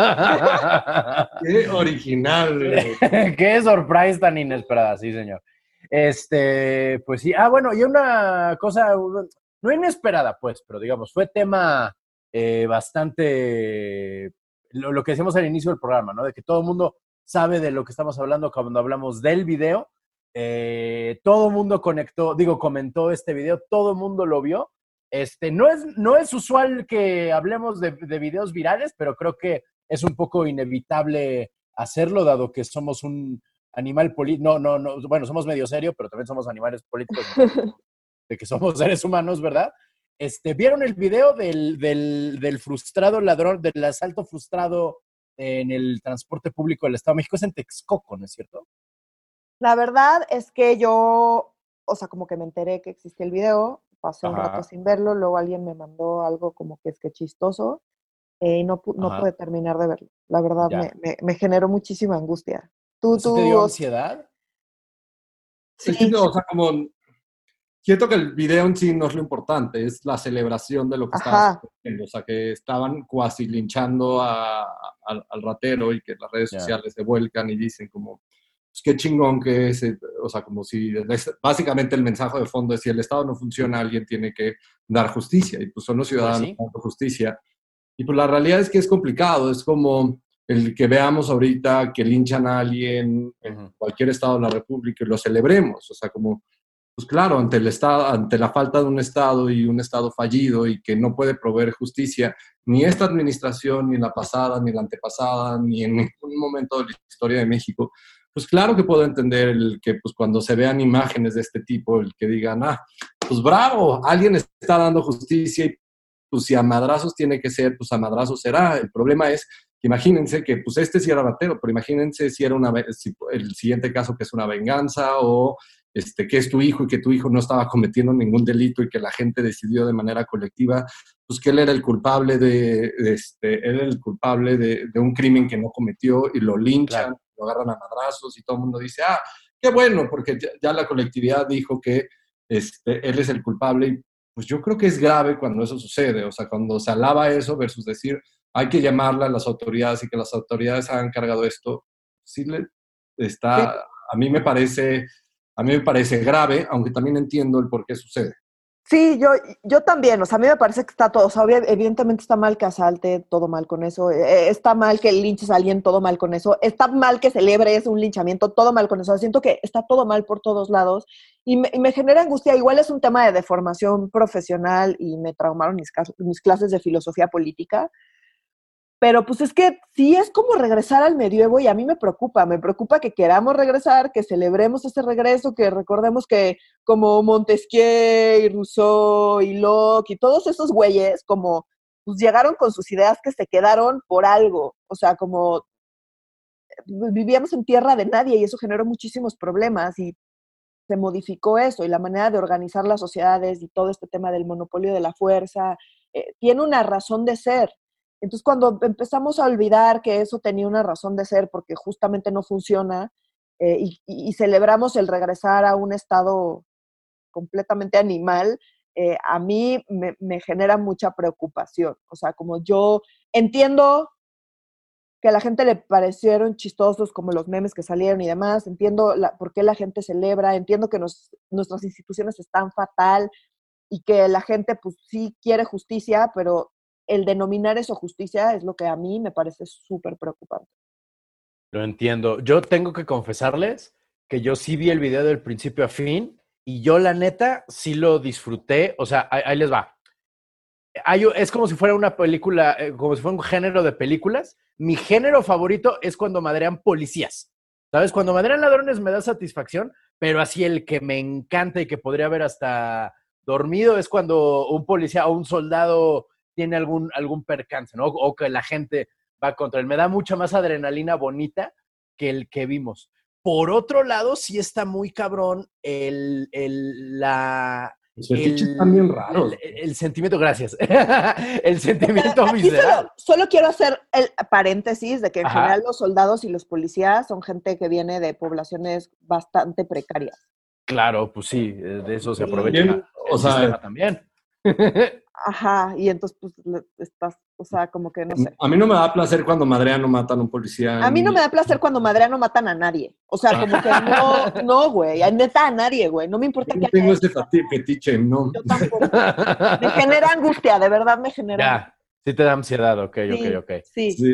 Qué original. Qué surprise tan inesperada, sí, señor. Este, pues sí. Ah, bueno, y una cosa, no inesperada, pues, pero digamos, fue tema eh, bastante, lo, lo que decíamos al inicio del programa, ¿no? De que todo el mundo sabe de lo que estamos hablando cuando hablamos del video. Eh, todo el mundo conectó, digo, comentó este video, todo el mundo lo vio. Este, no es, no es usual que hablemos de, de videos virales, pero creo que es un poco inevitable hacerlo, dado que somos un animal político, no, no, no, bueno, somos medio serio, pero también somos animales políticos, de que somos seres humanos, ¿verdad? Este, ¿vieron el video del, del, del frustrado ladrón, del asalto frustrado en el transporte público del Estado de México? Es en Texcoco, ¿no es cierto? La verdad es que yo, o sea, como que me enteré que existía el video, pasé Ajá. un rato sin verlo, luego alguien me mandó algo como que es que chistoso eh, y no, no pude terminar de verlo. La verdad me, me, me generó muchísima angustia. ¿Tú, ¿Eso tú, te dio ansiedad? Sí, sí no, o sea, como siento que el video en sí no es lo importante, es la celebración de lo que estaba sucediendo, o sea, que estaban cuasi linchando a, a, al ratero y que las redes yeah. sociales se vuelcan y dicen como pues qué chingón que es, o sea, como si, básicamente el mensaje de fondo es si el Estado no funciona, alguien tiene que dar justicia, y pues son los ciudadanos pues sí. dando justicia. Y pues la realidad es que es complicado, es como el que veamos ahorita que linchan a alguien en uh-huh. cualquier estado de la República y lo celebremos, o sea, como, pues claro, ante el Estado, ante la falta de un Estado y un Estado fallido y que no puede proveer justicia, ni esta administración, ni la pasada, ni la antepasada, ni en ningún momento de la historia de México, pues claro que puedo entender el que pues cuando se vean imágenes de este tipo, el que digan, ah, pues bravo, alguien está dando justicia y pues si a madrazos tiene que ser, pues a madrazos será. El problema es que imagínense que, pues este sí era ratero, pero imagínense si era una, si el siguiente caso que es una venganza o este, que es tu hijo y que tu hijo no estaba cometiendo ningún delito y que la gente decidió de manera colectiva, pues que él era el culpable de, de este, él era el culpable de, de un crimen que no cometió y lo linchan, claro, lo agarran a madrazos y todo el mundo dice, ah, qué bueno, porque ya, ya la colectividad dijo que este, él es el culpable. Y pues yo creo que es grave cuando eso sucede, o sea, cuando se alaba eso versus decir, hay que llamarle a las autoridades y que las autoridades hagan cargo de esto, sí le está, sí. a mí me parece, a mí me parece grave, aunque también entiendo el por qué sucede. Sí, yo, yo también, o sea, a mí me parece que está todo, o sea, evidentemente está mal que asalte, todo mal con eso, eh, está mal que linches a alguien, todo mal con eso, está mal que celebres un linchamiento, todo mal con eso, siento que está todo mal por todos lados y me, y me genera angustia, igual es un tema de deformación profesional y me traumaron mis, mis clases de filosofía política, pero pues es que sí es como regresar al medievo y a mí me preocupa, me preocupa que queramos regresar, que celebremos ese regreso, que recordemos que como Montesquieu y Rousseau y Locke y todos esos güeyes como pues llegaron con sus ideas que se quedaron por algo, o sea, como vivíamos en tierra de nadie y eso generó muchísimos problemas y se modificó eso y la manera de organizar las sociedades y todo este tema del monopolio de la fuerza, eh, tiene una razón de ser. Entonces, cuando empezamos a olvidar que eso tenía una razón de ser porque justamente no funciona eh, y, y celebramos el regresar a un estado completamente animal, eh, a mí me, me genera mucha preocupación. O sea, como yo entiendo que a la gente le parecieron chistosos como los memes que salieron y demás, entiendo la, por qué la gente celebra, entiendo que nos, nuestras instituciones están fatal y que la gente pues sí quiere justicia, pero el denominar eso justicia es lo que a mí me parece súper preocupante. Lo entiendo. Yo tengo que confesarles que yo sí vi el video del principio a fin y yo la neta sí lo disfruté. O sea, ahí, ahí les va. Hay, es como si fuera una película, eh, como si fuera un género de películas. Mi género favorito es cuando madrean policías. ¿Sabes? Cuando madrean ladrones me da satisfacción, pero así el que me encanta y que podría haber hasta dormido es cuando un policía o un soldado tiene algún, algún percance, ¿no? O que la gente va contra él. Me da mucha más adrenalina bonita que el que vimos. Por otro lado, sí está muy cabrón el, el, la, Los fetiches están bien raros. El, el sentimiento, gracias. El sentimiento Aquí visceral. Solo, solo quiero hacer el paréntesis de que en Ajá. general los soldados y los policías son gente que viene de poblaciones bastante precarias. Claro, pues sí, de eso se aprovecha Bien, el o sea, sistema también. Ajá, y entonces pues estás, o sea, como que no sé. A mí no me da placer cuando madrean o matan a un policía. A mí no me da placer cuando madrean o matan a nadie. O sea, como que no, no, güey, neta a nadie, güey. No me importa Yo qué no tengo ese fetiche, no. Yo tampoco. Me genera angustia, de verdad me genera. Ya, sí te da ansiedad, ok, sí, ok, ok. Sí. Sí,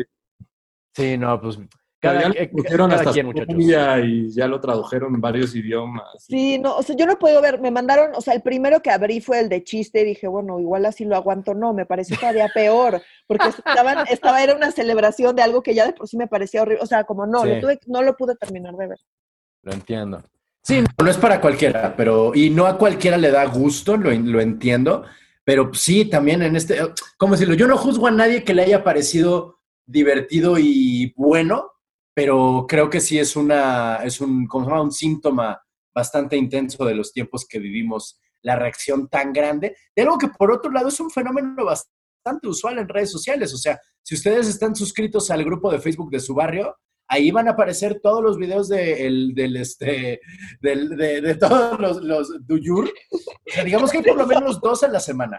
sí no, pues cada, ya eh, lo pusieron cada hasta quien, muchachos. Y ya lo tradujeron en varios idiomas. Sí, no, o sea, yo no puedo ver, me mandaron, o sea, el primero que abrí fue el de chiste, y dije, bueno, igual así lo aguanto, no, me pareció todavía peor, porque estaban, estaba, era una celebración de algo que ya de por sí me parecía horrible, o sea, como no, sí. lo tuve, no lo pude terminar de ver. Lo entiendo. Sí, no, no es para cualquiera, pero, y no a cualquiera le da gusto, lo, lo entiendo, pero sí, también en este, ¿cómo decirlo? Yo no juzgo a nadie que le haya parecido divertido y bueno, pero creo que sí es una, es un, ¿cómo se llama? Un síntoma bastante intenso de los tiempos que vivimos, la reacción tan grande, de algo que por otro lado es un fenómeno bastante usual en redes sociales. O sea, si ustedes están suscritos al grupo de Facebook de su barrio, ahí van a aparecer todos los videos de, el, del, este, del, de, de todos los, los duyur. O sea, digamos que hay por lo menos dos a la semana.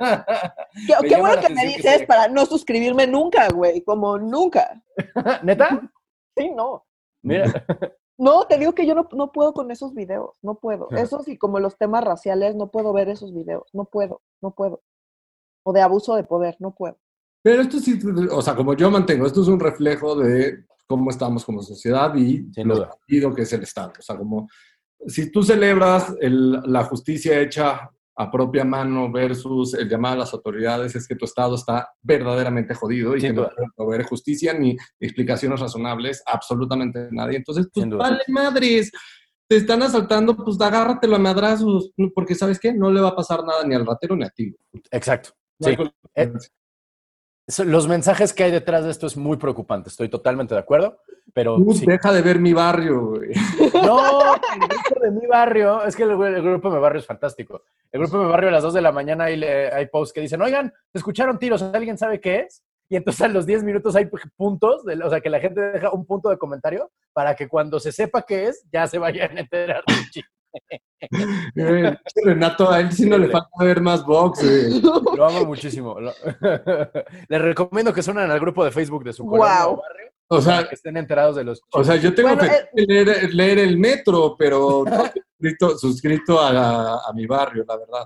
Qué, qué bueno que me dices que para no suscribirme nunca, güey, como nunca. ¿Neta? Sí, no. Mira. No, te digo que yo no, no puedo con esos videos, no puedo. Esos y como los temas raciales, no puedo ver esos videos, no puedo, no puedo. O de abuso de poder, no puedo. Pero esto sí, o sea, como yo mantengo, esto es un reflejo de cómo estamos como sociedad y lo partido que es el Estado. O sea, como si tú celebras el, la justicia hecha a propia mano versus el llamado a las autoridades, es que tu Estado está verdaderamente jodido y Sin que duda. no puede proveer justicia ni explicaciones razonables a absolutamente nadie. Entonces, pues, vale madres, te están asaltando, pues agárratelo a madrazos, porque ¿sabes qué? No le va a pasar nada ni al ratero ni a ti. Exacto. Sí. Eh, los mensajes que hay detrás de esto es muy preocupante. Estoy totalmente de acuerdo, pero Uh, sí. Deja de ver Mi Barrio, güey. No, el grupo de Mi Barrio, es que el, el grupo de Mi Barrio es fantástico. El grupo de Mi Barrio a las dos de la mañana hay, hay posts que dicen, oigan, escucharon tiros, ¿alguien sabe qué es? Y entonces a los diez minutos hay puntos, de, o sea, que la gente deja un punto de comentario para que cuando se sepa qué es, ya se vayan a enterar del chisme. Eh, Renato, a él sí no le falta ver más box. Eh. Lo amo muchísimo. Lo... Les recomiendo que suenen al grupo de Facebook de su colonia Wow. o barrio. O sea, para que estén enterados de los chismes. O sea, yo tengo Bueno, que eh, leer, leer el Metro, pero no estoy suscrito, suscrito a, a Mi Barrio, la verdad.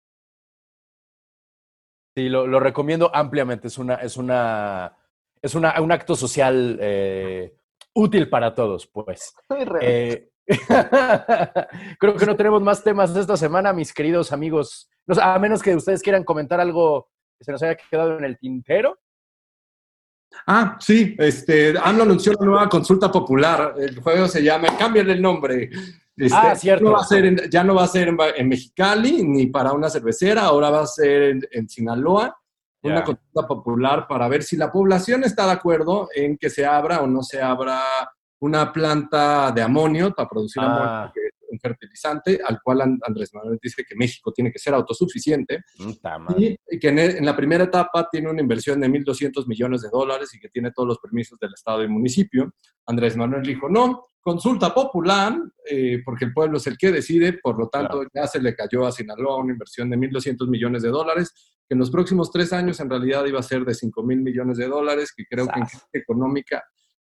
Sí, lo, lo recomiendo ampliamente. Es una, es una, es una, un acto social eh, útil para todos, pues. Eh, creo que no tenemos más temas esta semana, mis queridos amigos. No, a menos que ustedes quieran comentar algo que se nos haya quedado en el tintero. Ah, sí, este, AMLO anunció una nueva consulta popular. El juego se llama, cámbiale el nombre. Este, ah, cierto. No va a ser en, ya no va a ser en, en Mexicali ni para una cervecera, ahora va a ser en, en Sinaloa. Yeah. Una consulta popular para ver si la población está de acuerdo en que se abra o no se abra una planta de amonio para producir ah. amonio, que es un fertilizante, al cual Andrés Manuel dice que México tiene que ser autosuficiente. Y, y que en, en la primera etapa tiene una inversión de mil doscientos millones de dólares y que tiene todos los permisos del Estado y municipio. Andrés Manuel dijo, no, consulta popular, eh, porque el pueblo es el que decide, por lo tanto claro. ya se le cayó a Sinaloa una inversión de mil doscientos millones de dólares, que en los próximos tres años en realidad iba a ser de cinco mil millones de dólares, que creo Sas. que en crisis económica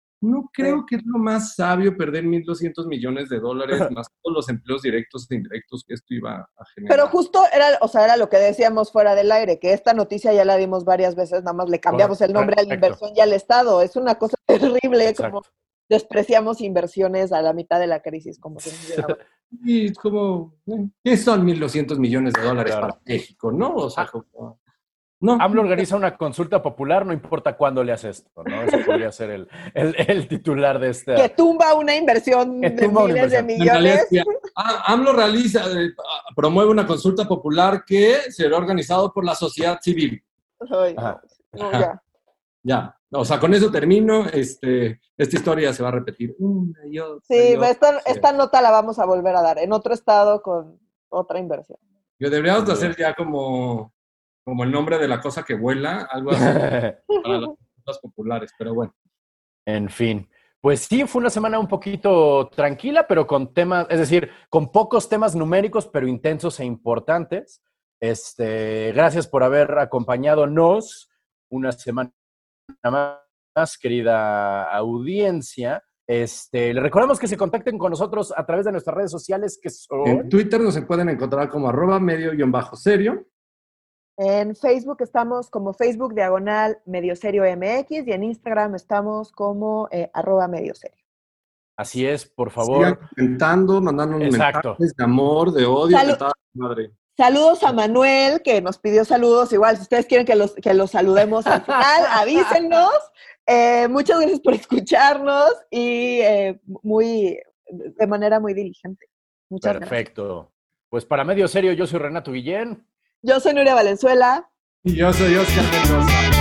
no creo que es lo más sabio perder mil doscientos millones de dólares más todos los empleos directos e indirectos que esto iba a generar. Pero justo era, o sea, era lo que decíamos fuera del aire, que esta noticia ya la dimos varias veces, nada más le cambiamos Correcto. el nombre a la inversión y al Estado. Es una cosa terrible, Exacto. como despreciamos inversiones a la mitad de la crisis, como se nos Y es como, ¿qué son mil doscientos millones de dólares claro. para México, no? O sea, como... No. AMLO organiza una consulta popular, no importa cuándo le hace esto, ¿no? Ese podría ser el, el, el titular de esta... Que tumba una inversión de miles inversión. de millones. Realidad, AMLO realiza, promueve una consulta popular que será organizado por la sociedad civil. Ay, no, no, ya. Ya, o sea, con eso termino. Este, esta historia se va a repetir una y otra. Sí, y otra. Esta, esta nota la vamos a volver a dar en otro estado con otra inversión. Yo deberíamos de hacer ya como... como el nombre de la cosa que vuela, algo así para las cosas populares, pero bueno. En fin, pues sí, fue una semana un poquito tranquila, pero con temas, es decir, con pocos temas numéricos, pero intensos e importantes. Este, gracias por haber acompañadonos una semana más, querida audiencia. Este, les recordamos que se contacten con nosotros a través de nuestras redes sociales, que son... En Twitter nos se pueden encontrar como arroba medio guión bajo serio. En Facebook estamos como Facebook diagonal medio serio M X y en Instagram estamos como eh, arroba medio serio. Así es, por favor. Sigan comentando, mandando mensajes de amor, de odio, Salu- de tal madre. Saludos a Manuel, que nos pidió saludos. Igual, si ustedes quieren que los, que los saludemos al final, avísennos. Eh, muchas gracias por escucharnos y eh, muy, de manera muy diligente. Muchas Perfecto. gracias. Pues para Medio Serio, yo soy Renato Guillén. Yo soy Nuria Valenzuela. Y yo soy Oscar Mendoza.